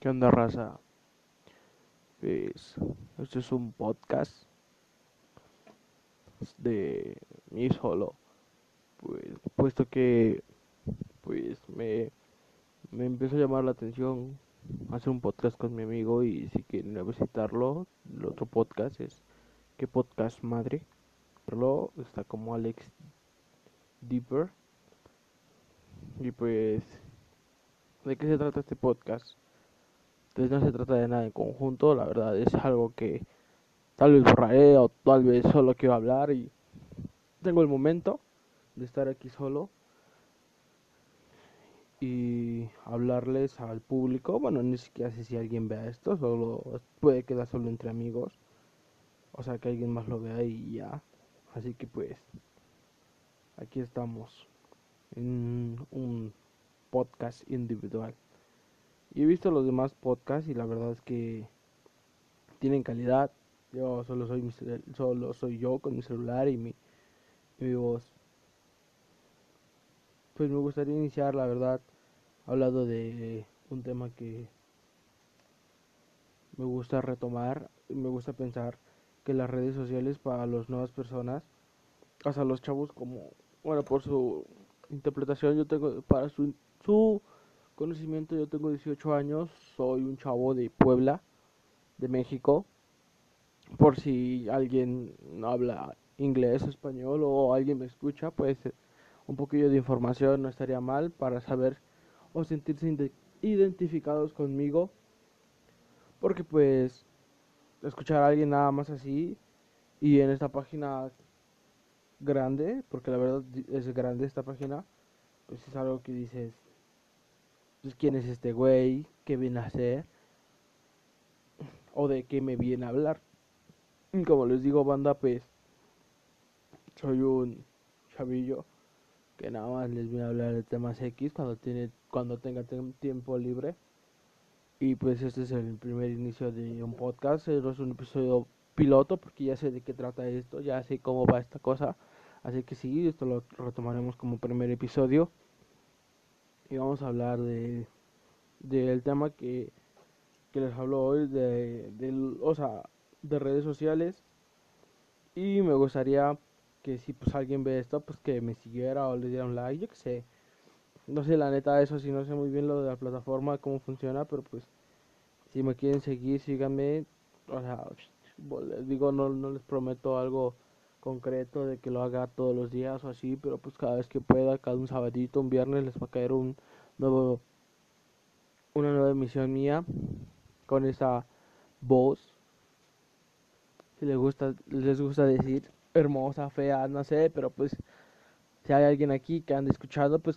¿Qué onda, raza? Pues, este es un podcast de mí solo, pues, puesto que, pues, me empezó a llamar la atención hacer un podcast con mi amigo y si quieren ir a visitarlo, el otro podcast es ¿Qué podcast madre? Está como Alex Deeper y pues, ¿de qué se trata este podcast? Pues no se trata de nada en conjunto, la verdad es algo que tal vez borraré o tal vez solo quiero hablar y tengo el momento de estar aquí solo y hablarles al público. Bueno, ni siquiera sé si alguien vea esto, solo puede quedar solo entre amigos, o sea que alguien más lo vea y ya. Así que pues aquí estamos en un podcast individual. Y he visto los demás podcasts y la verdad es que tienen calidad. Yo solo soy yo con mi celular y mi voz. Pues me gustaría iniciar, la verdad, hablando de un tema que me gusta retomar, me gusta pensar que las redes sociales para las nuevas personas, o sea, los chavos como, bueno, por su interpretación, yo tengo, para su conocimiento, yo tengo 18 años, soy un chavo de Puebla, de México, por si alguien no habla inglés, español o alguien me escucha, pues un poquillo de información no estaría mal para saber o sentirse identificados conmigo, porque pues escuchar a alguien nada más así y en esta página grande, porque la verdad es grande esta página, pues es algo que dices, pues quién es este güey, qué viene a hacer o de qué me viene a hablar. Y como les digo, banda, pues soy un chavillo que nada más les viene a hablar de temas X cuando tenga tiempo libre. Y pues este es el primer inicio de un podcast, es un episodio piloto porque ya sé de qué trata esto, ya sé cómo va esta cosa. Así que sí, esto lo retomaremos como primer episodio y vamos a hablar del tema que les hablo hoy, o sea, de redes sociales. Y me gustaría que si pues alguien ve esto, pues que me siguiera o le diera un like, yo que sé. No sé la neta eso, si no sé muy bien lo de la plataforma, cómo funciona, pero pues si me quieren seguir, síganme. O sea, les digo, no les prometo algo concreto de que lo haga todos los días o así, pero pues cada vez que pueda, cada un sabadito, un viernes, les va a caer nuevo, una nueva emisión mía con esa voz, si les gusta decir hermosa, fea, no sé, pero pues si hay alguien aquí que ande escuchando, pues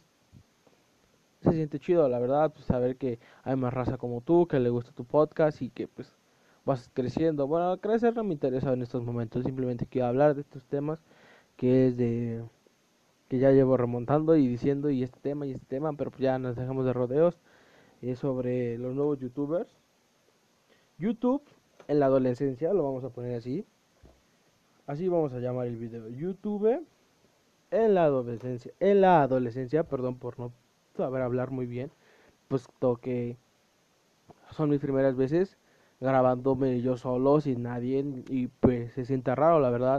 se siente chido, la verdad, pues saber que hay más raza como tú, que le gusta tu podcast y que pues vas creciendo. Bueno, crecer no me interesa en estos momentos, simplemente quiero hablar de estos temas que es de que ya llevo remontando y diciendo y este tema, pero pues ya nos dejamos de rodeos. Es sobre los nuevos youtubers. YouTube en la adolescencia, lo vamos a poner así. Así vamos a llamar el video. YouTube en la adolescencia. En la adolescencia, perdón por no saber hablar muy bien. Puesto que son mis primeras veces grabándome yo solo, sin nadie. Y pues se siente raro, la verdad.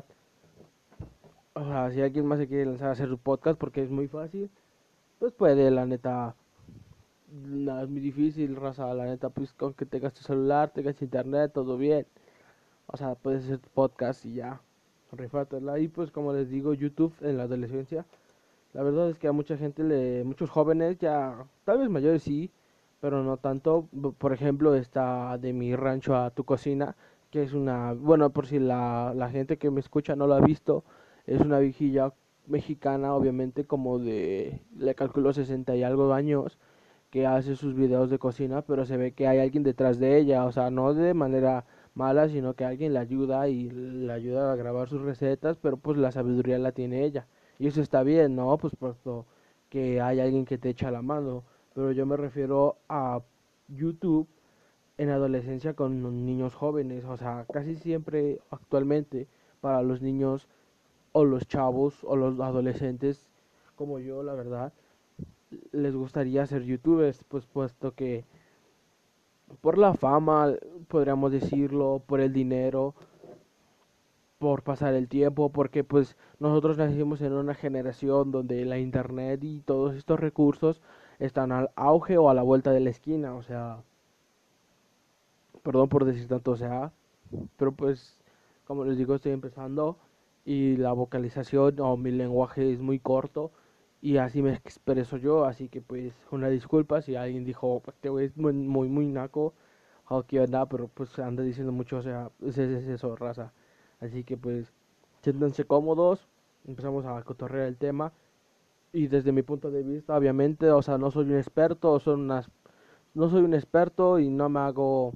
O sea, si alguien más se quiere lanzar a hacer su podcast porque es muy fácil, pues puede, la neta. No, es muy difícil, raza, la neta, pues con que tengas tu celular, tengas internet, todo bien. O sea, puedes hacer tu podcast y ya, rifátela. Y pues como les digo, YouTube en la adolescencia, la verdad es que a mucha gente, muchos jóvenes ya, tal vez mayores sí, pero no tanto. Por ejemplo, está De Mi Rancho a Tu Cocina, que es una, bueno, por si la gente que me escucha no lo ha visto, es una viejilla mexicana, obviamente, como le calculo 60 y algo de años, que hace sus videos de cocina, pero se ve que hay alguien detrás de ella, o sea, no de manera mala, sino que alguien le ayuda y le ayuda a grabar sus recetas, pero pues la sabiduría la tiene ella. Y eso está bien, ¿no? Pues puesto que hay alguien que te echa la mano, pero yo me refiero a YouTube en adolescencia con niños jóvenes, o sea, casi siempre actualmente para los niños o los chavos o los adolescentes como yo, la verdad, les gustaría ser youtubers, pues puesto que por la fama, podríamos decirlo, por el dinero, por pasar el tiempo, porque pues nosotros nacimos en una generación donde la internet y todos estos recursos están al auge o a la vuelta de la esquina, o sea, perdón por decir tanto, o sea, pero pues como les digo estoy empezando y la vocalización o mi lenguaje es muy corto y así me expreso yo, así que pues una disculpa si alguien dijo este güey es muy naco o qué onda, pero pues anda diciendo mucho, o sea, es eso, raza. Así que pues siéntanse cómodos, empezamos a cotorrear el tema y desde mi punto de vista, obviamente, o sea, no soy un experto, no soy un experto y no me hago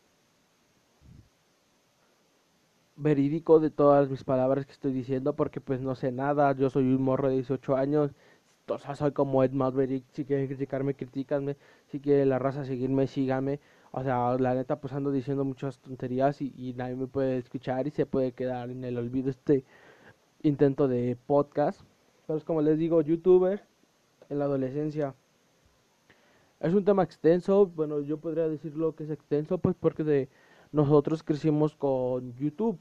verídico de todas mis palabras que estoy diciendo porque pues no sé nada, yo soy un morro de 18 años, o sea, soy como Ed Maverick, si quieren criticarme, critícanme, si quiere la raza seguirme, síganme, o sea, la neta pues ando diciendo muchas tonterías y nadie me puede escuchar y se puede quedar en el olvido este intento de podcast, pero es como les digo, youtuber en la adolescencia. Es un tema extenso, bueno, yo podría decirlo que es extenso pues porque nosotros crecimos con YouTube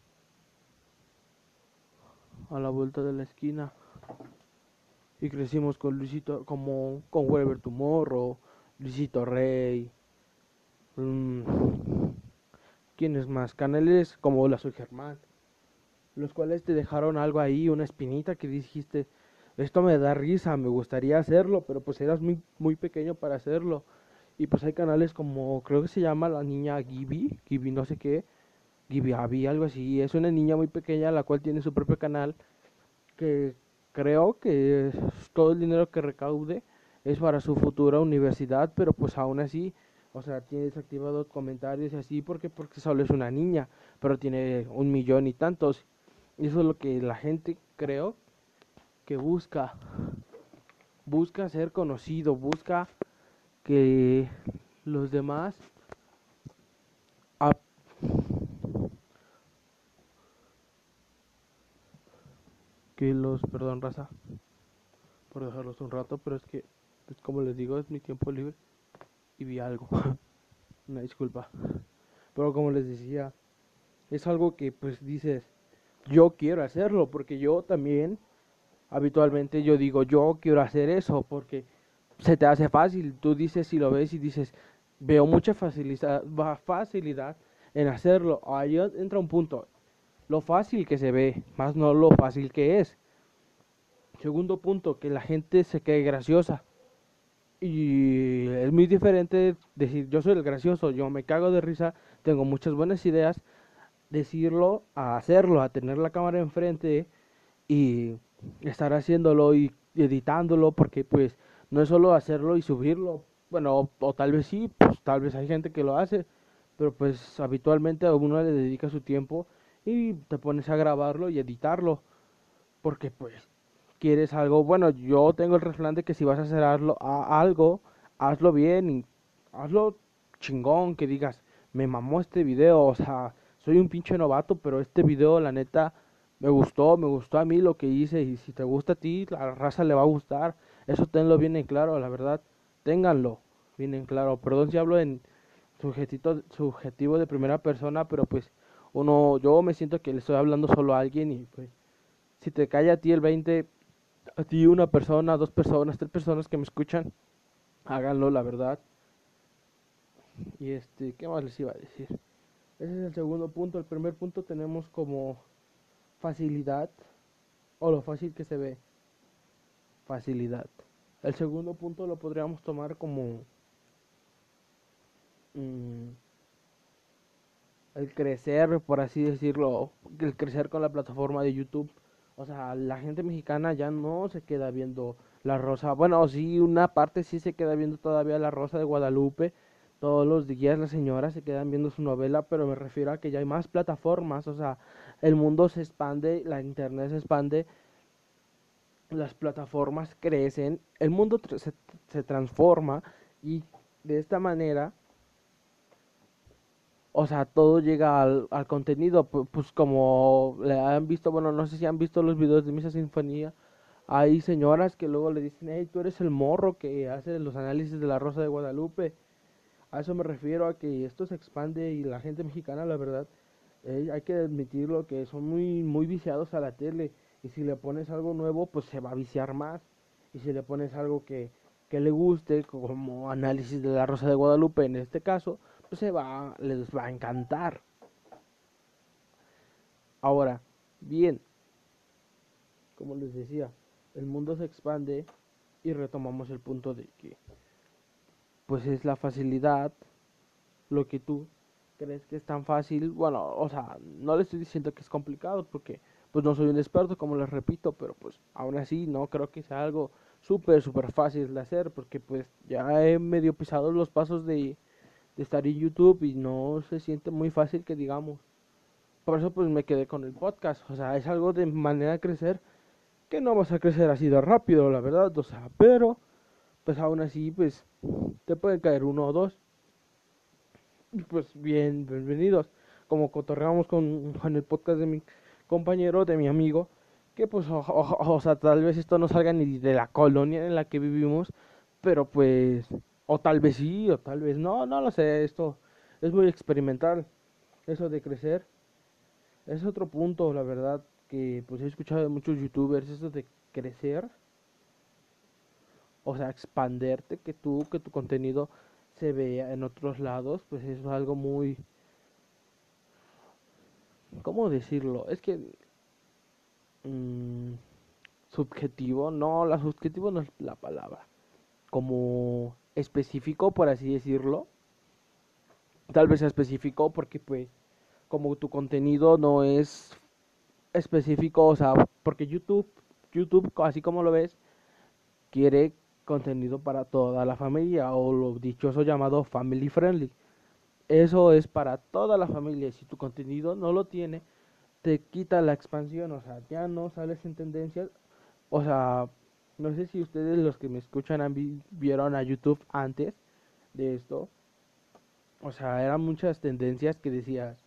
a la vuelta de la esquina. Y crecimos con Luisito, como con Wherever Tomorrow, Luisito Rey, mmm, ¿quiénes más? Canales como Hola Soy Germán, los cuales te dejaron algo ahí, una espinita que dijiste, esto me da risa, me gustaría hacerlo, pero pues eras muy pequeño para hacerlo. Y pues hay canales como, creo que se llama la niña Gibi no sé qué, Gibi Abby, algo así, es una niña muy pequeña la cual tiene su propio canal que creo que todo el dinero que recaude es para su futura universidad, pero pues aún así, o sea, tiene desactivados comentarios y así porque solo es una niña, pero tiene 1 millón y tantos. Y eso es lo que la gente creo que busca ser conocido, busca que los demás ap- perdón, raza, por dejarlos un rato, pero es que, pues como les digo, es mi tiempo libre y vi algo. Una disculpa. Pero como les decía, es algo que pues dices, yo quiero hacerlo, porque yo también, habitualmente yo digo, yo quiero hacer eso, porque se te hace fácil, tú dices si lo ves y dices, veo mucha facilidad en hacerlo. Ahí entra un punto, lo fácil que se ve, más no lo fácil que es. Segundo punto, que la gente se quede graciosa. Y es muy diferente decir, yo soy el gracioso, yo me cago de risa, tengo muchas buenas ideas, decirlo a hacerlo, a tener la cámara enfrente y estar haciéndolo y editándolo, porque pues no es solo hacerlo y subirlo, bueno, o tal vez sí, pues tal vez hay gente que lo hace, pero pues habitualmente a uno le dedica su tiempo y te pones a grabarlo y editarlo, porque pues quieres algo, bueno, yo tengo el refrán de que si vas a hacer algo, hazlo bien y hazlo chingón, que digas, me mamó este video, o sea, soy un pinche novato, pero este video la neta me gustó a mí lo que hice y si te gusta a ti, la raza le va a gustar, eso tenlo bien en claro, la verdad, ténganlo bien en claro, perdón si hablo en subjetivo de primera persona, pero pues yo me siento que le estoy hablando solo a alguien y pues si te cae a ti el 20 a ti una persona, dos personas, tres personas que me escuchan, háganlo, la verdad. Y ¿qué más les iba a decir? Ese es el segundo punto. El primer punto tenemos como facilidad, o lo fácil que se ve, facilidad. El segundo punto lo podríamos tomar como mm, el crecer, por así decirlo, el crecer con la plataforma de YouTube. O sea, la gente mexicana ya no se queda viendo La Rosa. Bueno, sí, una parte sí se queda viendo todavía La Rosa de Guadalupe. Todos los días las señoras se quedan viendo su novela, pero me refiero a que ya hay más plataformas. O sea, el mundo se expande, la internet se expande, las plataformas crecen, el mundo se transforma y de esta manera, o sea, todo llega al contenido, pues como le han visto, bueno, no sé si han visto los videos de Misa Sinfonía, hay señoras que luego le dicen, hey, tú eres el morro que hace los análisis de La Rosa de Guadalupe, A eso me refiero, a que esto se expande y la gente mexicana, la verdad, hay que admitirlo, que son muy viciados a la tele, y si le pones algo nuevo pues se va a viciar más, y si le pones algo que le guste, como análisis de la Rosa de Guadalupe en este caso, pues les va a encantar. Ahora, bien, como les decía, el mundo se expande y retomamos el punto de que pues es la facilidad, lo que tú crees que es tan fácil. Bueno, o sea, no le estoy diciendo que es complicado porque pues no soy un experto, como les repito, pero pues aún así no creo que sea algo súper fácil de hacer, porque pues ya he medio pisado los pasos de estar en YouTube y no se siente muy fácil que digamos. Por eso pues me quedé con el podcast. O sea, es algo de manera de crecer que no vas a crecer así de rápido, la verdad. O sea, pero pues aún así pues te pueden caer uno o dos. Y pues bienvenidos. Como cotorreamos con el podcast de mi compañero, de mi amigo, que pues o sea, tal vez esto no salga ni de la colonia en la que vivimos, pero pues o tal vez sí, o tal vez no, no lo sé. Esto es muy experimental, eso de crecer. Es otro punto, la verdad, que pues he escuchado de muchos youtubers, eso de crecer, o sea, expanderte, que tu contenido se vea en otros lados, pues es algo muy, ¿cómo decirlo? Es que mm, subjetivo, no, la subjetivo no es la palabra, como específico, por así decirlo. Tal vez sea específico porque pues como tu contenido no es específico, o sea, porque YouTube, así como lo ves, quiere contenido para toda la familia, o lo dichoso llamado family friendly. Eso es para toda la familia. Si tu contenido no lo tiene, te quita la expansión, o sea, ya no sales en tendencias. O sea, no sé si ustedes, los que me escuchan, vieron a YouTube antes de esto. O sea, eran muchas tendencias que decías,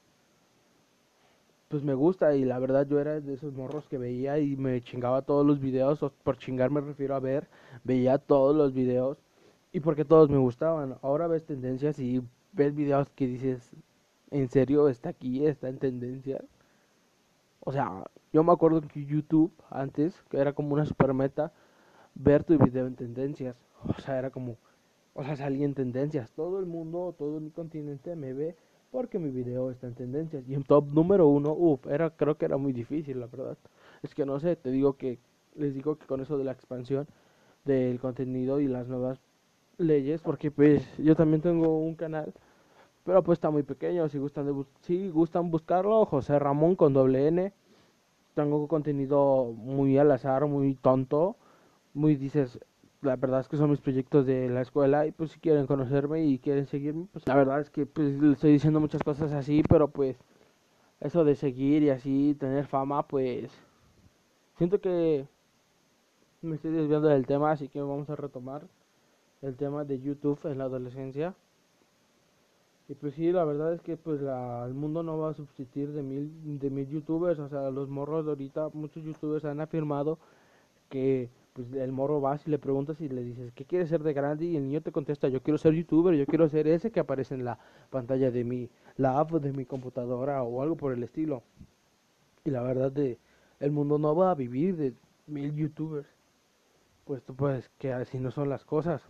pues me gusta, y la verdad yo era de esos morros que veía y me chingaba todos los videos. O por chingar me refiero a ver, veía todos los videos, y porque todos me gustaban. Ahora ves tendencias y ves videos que dices, ¿en serio está aquí, está en tendencia? O sea, yo me acuerdo que YouTube antes, que era como una super meta, ver tu video en tendencias. O sea, era como, o sea, salía en tendencias. Todo el mundo, todo el continente me ve porque mi video está en tendencias. Y en top número uno, creo que era muy difícil, la verdad. Es que no sé, les digo que con eso de la expansión del contenido y las nuevas leyes, porque pues yo también tengo un canal, pero pues está muy pequeño. Si gustan buscarlo, José Ramón con doble N. Tengo contenido muy al azar, muy tonto, muy dices, la verdad es que son mis proyectos de la escuela, y pues si quieren conocerme y quieren seguirme, pues la verdad es que pues le estoy diciendo muchas cosas así, pero pues eso de seguir y así tener fama, pues siento que me estoy desviando del tema, así que vamos a retomar el tema de YouTube en la adolescencia. Y pues sí, la verdad es que pues el mundo no va a subsistir de mil youtubers. O sea, los morros de ahorita, muchos youtubers han afirmado que pues el morro vas y le preguntas y le dices, ¿qué quieres ser de grande? Y el niño te contesta, yo quiero ser youtuber, yo quiero ser ese que aparece en la pantalla de la app de mi computadora o algo por el estilo. Y la verdad el mundo no va a vivir de 1000 youtubers, puesto pues que así no son las cosas.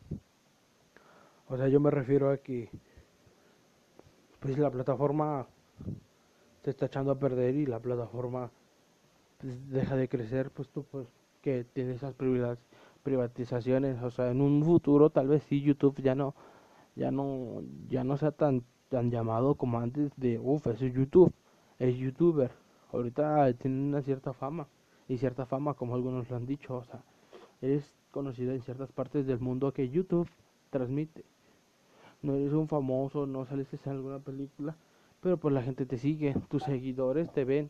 O sea, yo me refiero a que pues la plataforma se está echando a perder, y la plataforma pues, deja de crecer, pues tú pues que tiene esas privatizaciones. O sea, en un futuro tal vez sí YouTube ya no, ya no sea tan llamado como antes de, ese es YouTube, es youtuber. Ahorita tiene una cierta fama, y cierta fama como algunos lo han dicho. O sea, eres conocido en ciertas partes del mundo que YouTube transmite. No eres un famoso, no saliste en alguna película, pero pues la gente te sigue, tus seguidores te ven.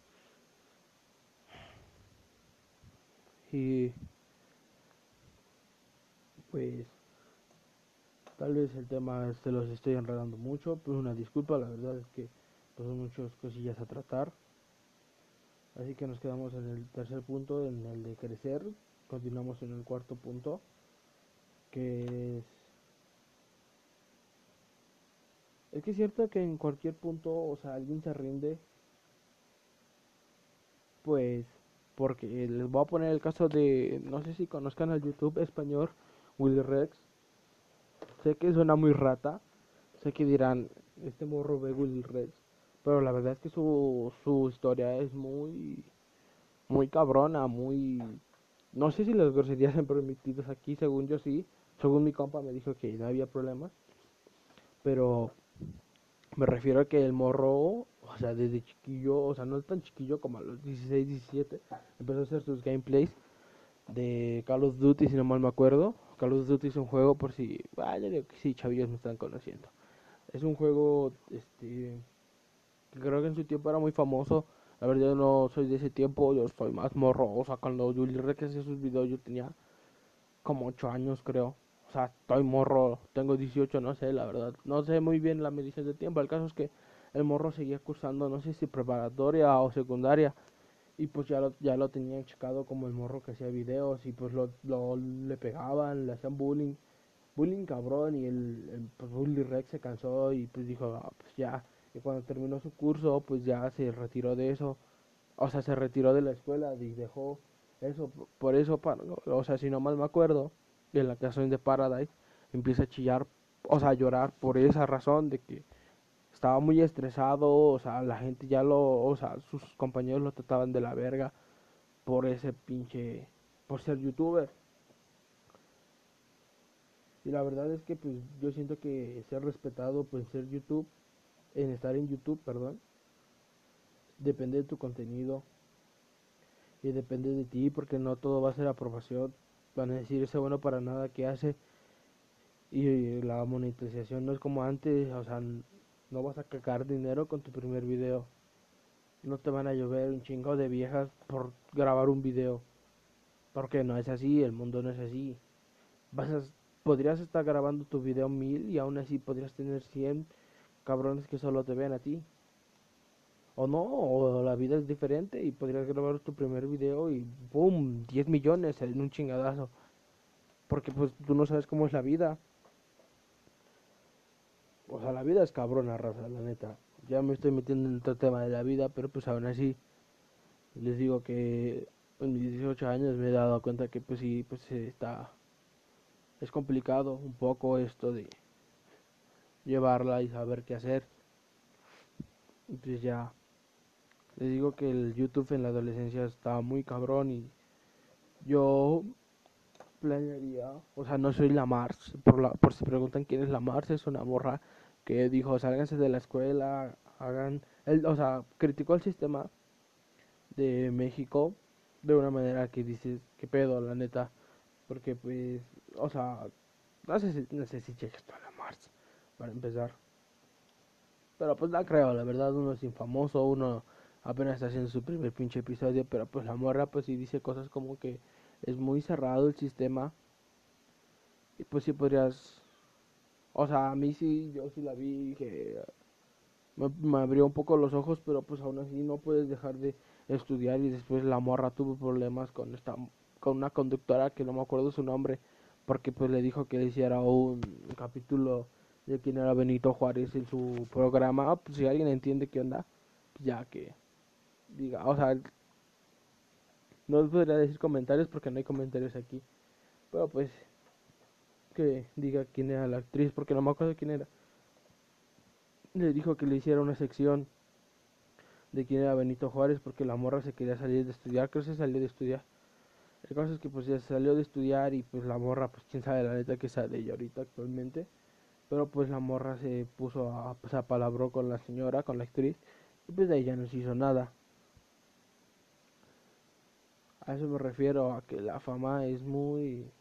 Y pues tal vez el tema se los estoy enredando mucho, pues una disculpa, la verdad es que pues son muchas cosillas a tratar. Así que nos quedamos en el tercer punto, en el de crecer. Continuamos en el cuarto punto, que es Es que es cierto que en cualquier punto, o sea, alguien se rinde, pues, porque les voy a poner el caso de, no sé si conozcan al YouTube español, Willy Rex. Sé que suena muy rata, sé que dirán, este morro ve Willy Rex, pero la verdad es que su historia es muy cabrona, muy... No sé si las groserías son permitidas aquí, según yo sí, según mi compa me dijo que no había problemas, pero me refiero a que el morro, o sea, desde chiquillo, o sea, no tan chiquillo como a los 16, 17, empezó a hacer sus gameplays de Call of Duty, si no mal me acuerdo. Call of Duty es un juego, por si, yo digo que sí, chavillos me están conociendo. Es un juego, que creo que en su tiempo era muy famoso. La verdad yo no soy de ese tiempo, yo soy más morro. O sea, cuando Julio Rex hacía sus videos yo tenía como 8 años, creo. O sea, estoy morro, tengo 18, no sé, la verdad. No sé muy bien la medición de tiempo. El caso es que el morro seguía cursando, no sé si preparatoria o secundaria. Y pues ya lo tenían checado como el morro que hacía videos. Y pues le pegaban, le hacían bullying. Bullying cabrón. Y pues Bully Rex se cansó y pues dijo, pues ya. Y cuando terminó su curso, pues ya se retiró de eso. O sea, se retiró de la escuela y dejó eso. Por eso, o sea, si no mal me acuerdo, en la canción de Paradise empieza a chillar, o sea, a llorar por esa razón de que estaba muy estresado. O sea, la gente o sea, sus compañeros lo trataban de la verga por ese pinche, por ser youtuber. Y la verdad es que pues yo siento que ser respetado pues en estar en YouTube, perdón, depende de tu contenido y depende de ti, porque no todo va a ser aprobación. Van a decir ese bueno para nada que hace. Y la monetización no es como antes. O sea, no vas a cagar dinero con tu primer video. No te van a llover un chingo de viejas por grabar un video, porque no es así, el mundo no es así. vas a, Podrías estar grabando tu video 1000 y aún así podrías tener 100 cabrones que solo te ven a ti. O no, o la vida es diferente y podrías grabar tu primer video y boom, 10 millones en un chingadazo. Porque pues tú no sabes cómo es la vida. O sea, la vida es cabrona, raza, la neta. Ya me estoy metiendo en otro tema de la vida, pero pues aún así les digo que en mis 18 años me he dado cuenta que pues sí, pues es complicado un poco esto de llevarla y saber qué hacer. Y pues ya, les digo que el YouTube en la adolescencia estaba muy cabrón y yo planearía, o sea, no soy la Mars, por si preguntan quién es la Mars, es una morra que dijo, sálganse de la escuela, o sea, criticó el sistema de México de una manera que dices, qué pedo, la neta, porque pues, o sea, no sé si llegas a la Mars, para empezar, pero pues la creo, la verdad, uno es infamoso, uno apenas está haciendo su primer pinche episodio, pero pues la morra pues sí dice cosas como que es muy cerrado el sistema y pues sí podrías, o sea, a mí sí, yo sí la vi que me abrió un poco los ojos, pero pues aún así no puedes dejar de estudiar. Y después la morra tuvo problemas con una conductora que no me acuerdo su nombre, porque pues le dijo que hiciera un capítulo de quién era Benito Juárez en su programa. Pues si alguien entiende qué onda, pues ya que diga, o sea, no podría decir comentarios porque no hay comentarios aquí, pero pues que diga quién era la actriz, porque no me acuerdo quién era. Le dijo que le hiciera una sección de quién era Benito Juárez, porque la morra se quería salir de estudiar, creo que se salió de estudiar. El caso es que pues ya se salió de estudiar y pues la morra, pues quién sabe la neta que sale de ella ahorita actualmente. Pero pues la morra se puso pues apalabró con la señora, con la actriz, y pues de ahí ya no se hizo nada. A eso me refiero, a que la fama es muy...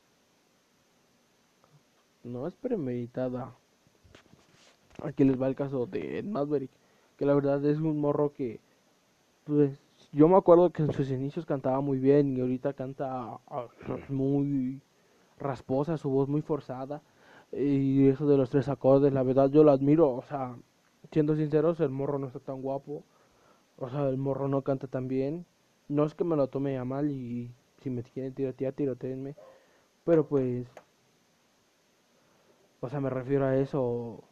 no es premeditada. Aquí les va el caso de Ed Maverick, que la verdad es un morro que, pues, yo me acuerdo que en sus inicios cantaba muy bien y ahorita canta muy rasposa, su voz muy forzada. Y eso de los tres acordes, la verdad yo lo admiro. O sea, siendo sinceros, el morro no está tan guapo. O sea, el morro no canta tan bien. No es que me lo tome a mal y si me quieren tirotear, tirotéenme. Pero pues, o sea, me refiero a eso.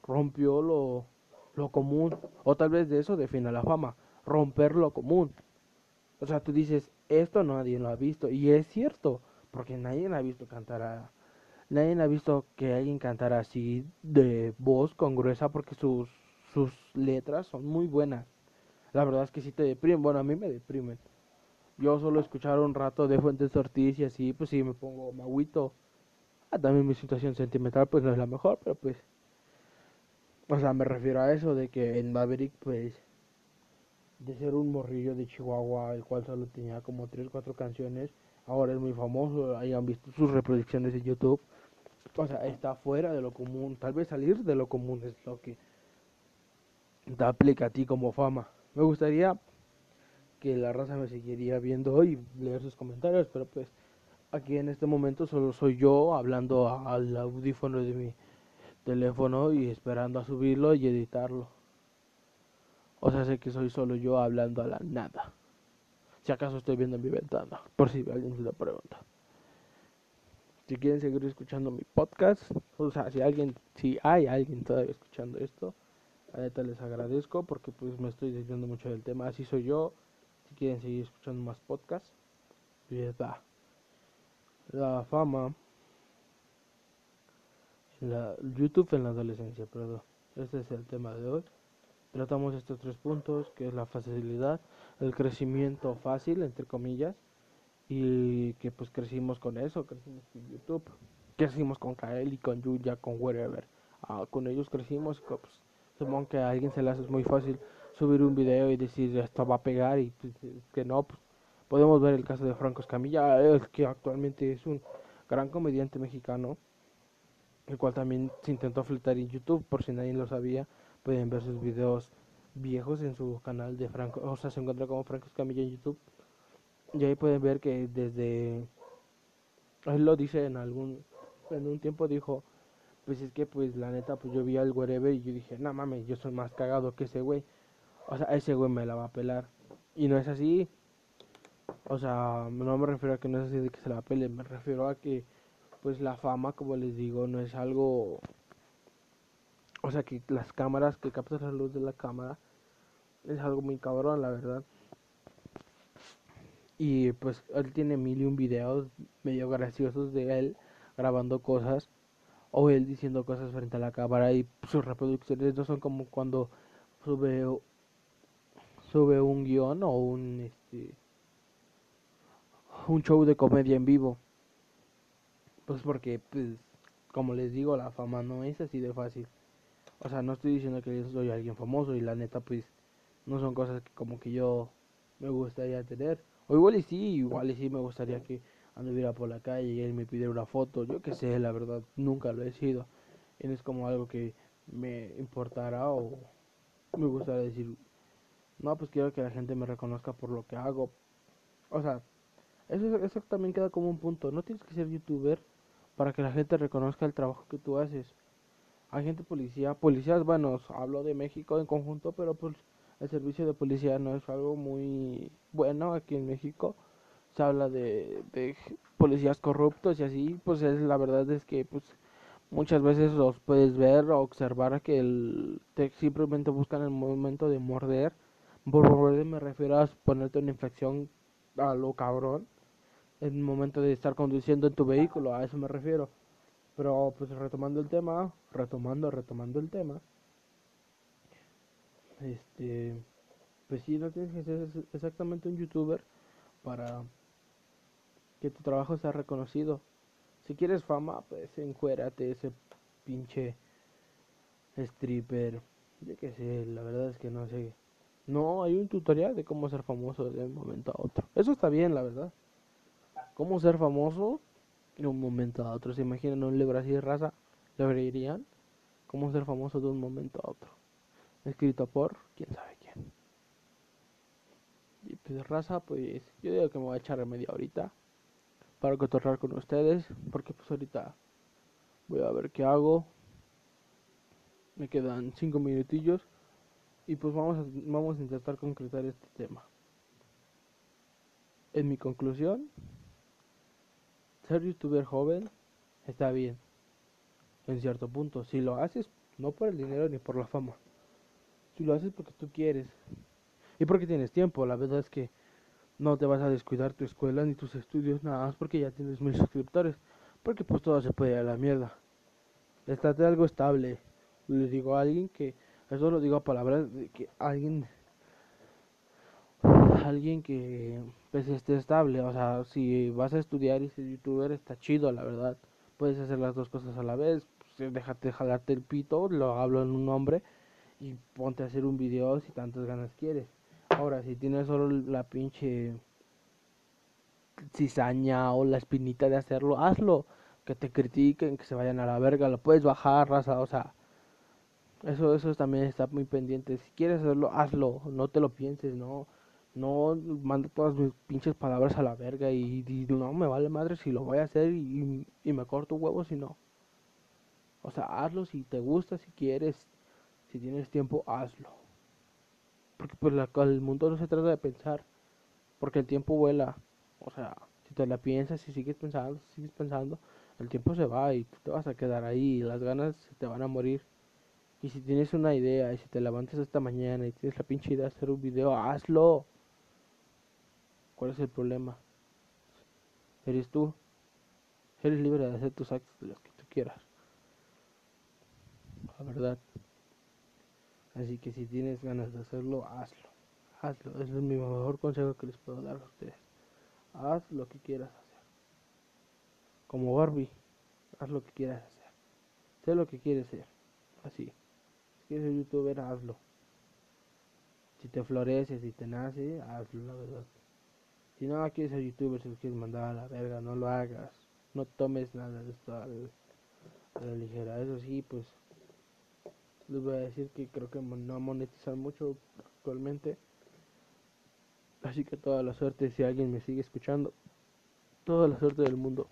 rompió lo común. O tal vez de eso define la fama, romper lo común. O sea, tú dices, esto nadie lo ha visto. Y es cierto, porque nadie ha visto cantar a... Nadie ha visto que alguien cantara así de voz congruesa porque sus letras son muy buenas. La verdad es que sí te deprimen. Bueno, a mí me deprimen. Yo solo escuchar un rato de Fuentes Ortiz y así, pues sí, me agüito. También mi situación sentimental pues no es la mejor, pero pues... O sea, me refiero a eso de que en Maverick pues... De ser un morrillo de Chihuahua, el cual solo tenía como 3 4 canciones, ahora es muy famoso, hayan visto sus reproducciones en YouTube. O sea, está fuera de lo común. Tal vez salir de lo común es lo que te aplica a ti como fama. Me gustaría que la raza me seguiría viendo y leer sus comentarios, pero pues aquí en este momento solo soy yo hablando al audífono de mi teléfono y esperando a subirlo y editarlo. O sea, sé que soy solo yo hablando a la nada. Si acaso estoy viendo en mi ventana, por si alguien se lo pregunta. Si quieren seguir escuchando mi podcast, o sea, si hay alguien todavía escuchando esto, a neta les agradezco porque pues me estoy desviando mucho del tema. Así soy yo. Si quieren seguir escuchando más podcasts, pues va. La fama, YouTube en la adolescencia, perdón. Este es el tema de hoy. Tratamos estos 3 puntos, que es la facilidad, el crecimiento fácil, entre comillas, y que pues crecimos con eso, crecimos con YouTube, crecimos con Kaeli, con Yuya, con Wherever. Con ellos crecimos, pues, supongo que a alguien se le hace muy fácil subir un video y decir esto va a pegar y pues, que no, pues, podemos ver el caso de Franco Escamilla, que actualmente es un gran comediante mexicano, el cual también se intentó fletar en YouTube, por si nadie lo sabía, pueden ver sus videos viejos en su canal de Franco, o sea, se encuentra como Franco Escamilla en YouTube, y ahí pueden ver que desde, él lo dice en un tiempo dijo, pues es que pues la neta, pues yo vi al wherever y yo dije, no mames, yo soy más cagado que ese güey, o sea, ese güey me la va a pelar, y no es así, o sea, no me refiero a que no es así de que se la pele, me refiero a que pues la fama, como les digo, no es algo, o sea, que las cámaras, que captan la luz de la cámara, es algo muy cabrón, la verdad. Y pues él tiene mil y un videos medio graciosos de él grabando cosas o él diciendo cosas frente a la cámara y sus reproducciones no son como cuando sube sube un guión o un show de comedia en vivo. Pues porque pues como les digo, la fama no es así de fácil. O sea, no estoy diciendo que yo soy alguien famoso y la neta pues no son cosas que como que yo me gustaría tener. O igual y sí me gustaría que anduviera por la calle y él me pidiera una foto. Yo que sé, la verdad, nunca lo he sido. Y no es como algo que me importara o me gustaría decir, no, pues quiero que la gente me reconozca por lo que hago. O sea, eso también queda como un punto. No tienes que ser youtuber para que la gente reconozca el trabajo que tú haces. Agente policía, policías, bueno, hablo de México en conjunto, pero pues el servicio de policía no es algo muy bueno aquí en México. Se habla de policías corruptos y así, pues es la verdad es que pues muchas veces los puedes ver o observar que simplemente buscan el momento de morder. Por morder me refiero a ponerte una infección a lo cabrón en el momento de estar conduciendo en tu vehículo, a eso me refiero. Pero pues retomando el tema, retomando el tema, este, pues sí, no tienes que ser exactamente un youtuber para que tu trabajo sea reconocido. Si quieres fama, pues encuérate ese pinche stripper. Yo qué sé, la verdad es que no sé. No, hay un tutorial de cómo ser famoso de un momento a otro. Eso está bien, la verdad. Cómo ser famoso de un momento a otro. ¿Se imaginan un libro así de raza? ¿Lo leerían? Cómo ser famoso de un momento a otro. Escrito por quién sabe quién. Y pues raza, pues yo digo que me voy a echar media horita para cotorrear con ustedes, porque pues ahorita voy a ver qué hago. Me quedan 5 minutillos y pues vamos a intentar concretar este tema. En mi conclusión, ser youtuber joven está bien, en cierto punto. Si lo haces no por el dinero ni por la fama. Si lo haces porque tú quieres y porque tienes tiempo, la verdad es que no te vas a descuidar tu escuela ni tus estudios nada más porque ya tienes 1000 suscriptores, porque pues todo se puede ir a la mierda. Estate algo estable. Le digo a alguien que, eso lo digo a palabras de que alguien que pues esté estable, o sea, si vas a estudiar y ser youtuber está chido, la verdad. Puedes hacer las dos cosas a la vez, pues, déjate jalarte el pito, lo hablo en un nombre y ponte a hacer un video si tantas ganas quieres. Ahora, si tienes solo la pinche cizaña o la espinita de hacerlo, hazlo. Que te critiquen, que se vayan a la verga, lo puedes bajar, raza, o sea, eso también está muy pendiente. Si quieres hacerlo, hazlo, no te lo pienses, no manda todas mis pinches palabras a la verga y no me vale madre si lo voy a hacer y me corto huevos si no. O sea, hazlo si te gusta, si quieres, si tienes tiempo, hazlo. Porque pues el mundo no se trata de pensar, porque el tiempo vuela. O sea, si te la piensas, si sigues pensando, el tiempo se va y tú te vas a quedar ahí y las ganas se te van a morir. Y si tienes una idea y si te levantas esta mañana y tienes la pinche idea de hacer un video, hazlo. ¿Cuál es el problema? Eres tú. Eres libre de hacer tus actos de los que tú quieras. La verdad. Así que si tienes ganas de hacerlo, hazlo. Hazlo. Ese es mi mejor consejo que les puedo dar a ustedes. Haz lo que quieras hacer. Como Barbie, haz lo que quieras hacer. Sé lo que quieres ser. Así. Si quieres ser youtuber, hazlo. Si te florece, si te nace, hazlo, la verdad. Si no quieres ser youtuber, si lo quieres mandar a la verga, no lo hagas. No tomes nada de esto a la ligera. Eso sí, pues les voy a decir que creo que no monetizan mucho actualmente. Así que toda la suerte si alguien me sigue escuchando. Toda la suerte del mundo.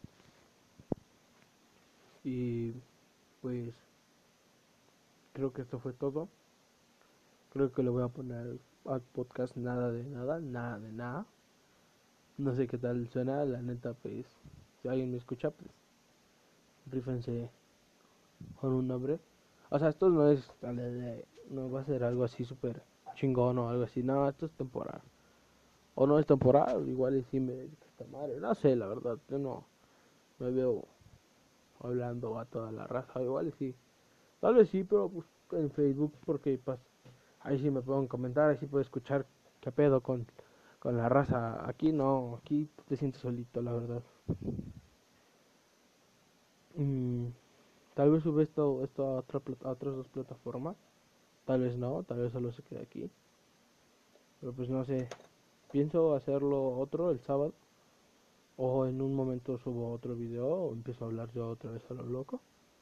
Y pues creo que esto fue todo. Creo que le voy a poner al podcast nada de nada, nada de nada. No sé qué tal suena, la neta, pues si alguien me escucha, pues rífense con un nombre. O sea, esto no es, no va a ser algo así súper chingón o algo así. No, esto es temporal. O no es temporal, igual y sí me dedico a esta madre. No sé, la verdad, yo no me veo hablando a toda la raza. Igual y sí. Tal vez sí, pero pues en Facebook porque pues ahí sí me pueden comentar, ahí sí puedo escuchar qué pedo con la raza. Aquí no, aquí te sientes solito, la verdad. Mm, tal vez sube esto a otras dos plataformas. Tal vez no, tal vez solo se quede aquí. Pero pues no sé. Pienso hacerlo otro el sábado. O en un momento subo otro video. O empiezo a hablar yo otra vez a lo loco.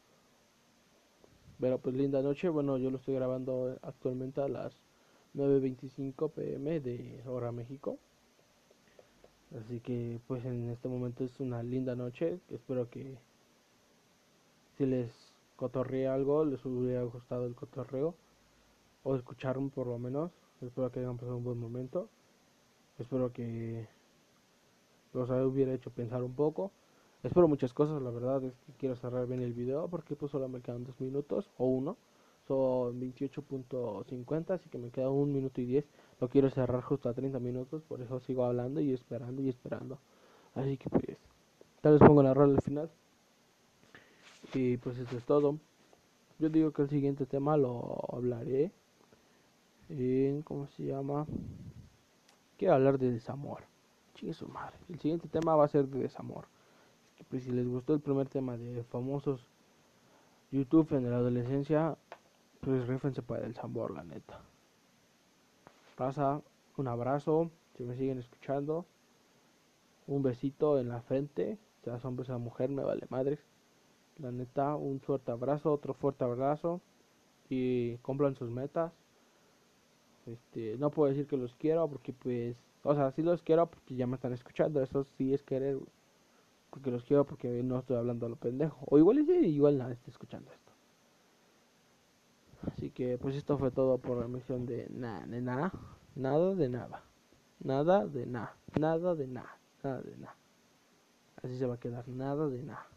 Pero pues linda noche. Bueno, yo lo estoy grabando actualmente a las 9:25 pm de hora México. Así que pues en este momento es una linda noche. Espero que si les cotorreé algo, les hubiera gustado el cotorreo. O escucharme por lo menos. Espero que hayan pasado un buen momento. Espero que los hubiera hecho pensar un poco. Espero muchas cosas, la verdad es que quiero cerrar bien el video porque pues solo me quedan 2 minutos o uno. Son 28.50, así que me queda 1 minuto y 10. Lo quiero cerrar justo a 30 minutos, por eso sigo hablando y esperando y esperando. Así que pues, tal vez pongo la rola al final. Y pues eso es todo. Yo digo que el siguiente tema lo hablaré en, ¿cómo se llama? Quiero hablar de desamor. Chingue su madre. El siguiente tema va a ser de desamor. Pues si les gustó el primer tema de famosos YouTube en la adolescencia, pues rífense para el sabor, la neta. Pasa, un abrazo, si me siguen escuchando, un besito en la frente, seas hombre o sea mujer, me vale madres. La neta, un fuerte abrazo, otro fuerte abrazo y cumplan sus metas. No puedo decir que los quiero porque pues, o sea, sí los quiero porque ya me están escuchando, eso sí es querer, porque los quiero porque no estoy hablando a lo pendejo. O igual sí, igual nadie está escuchando esto. Así que pues esto fue todo por la emisión de nada, de nada, nada de nada, nada de nada, nada de nada, nada de nada. Así se va a quedar, nada de nada.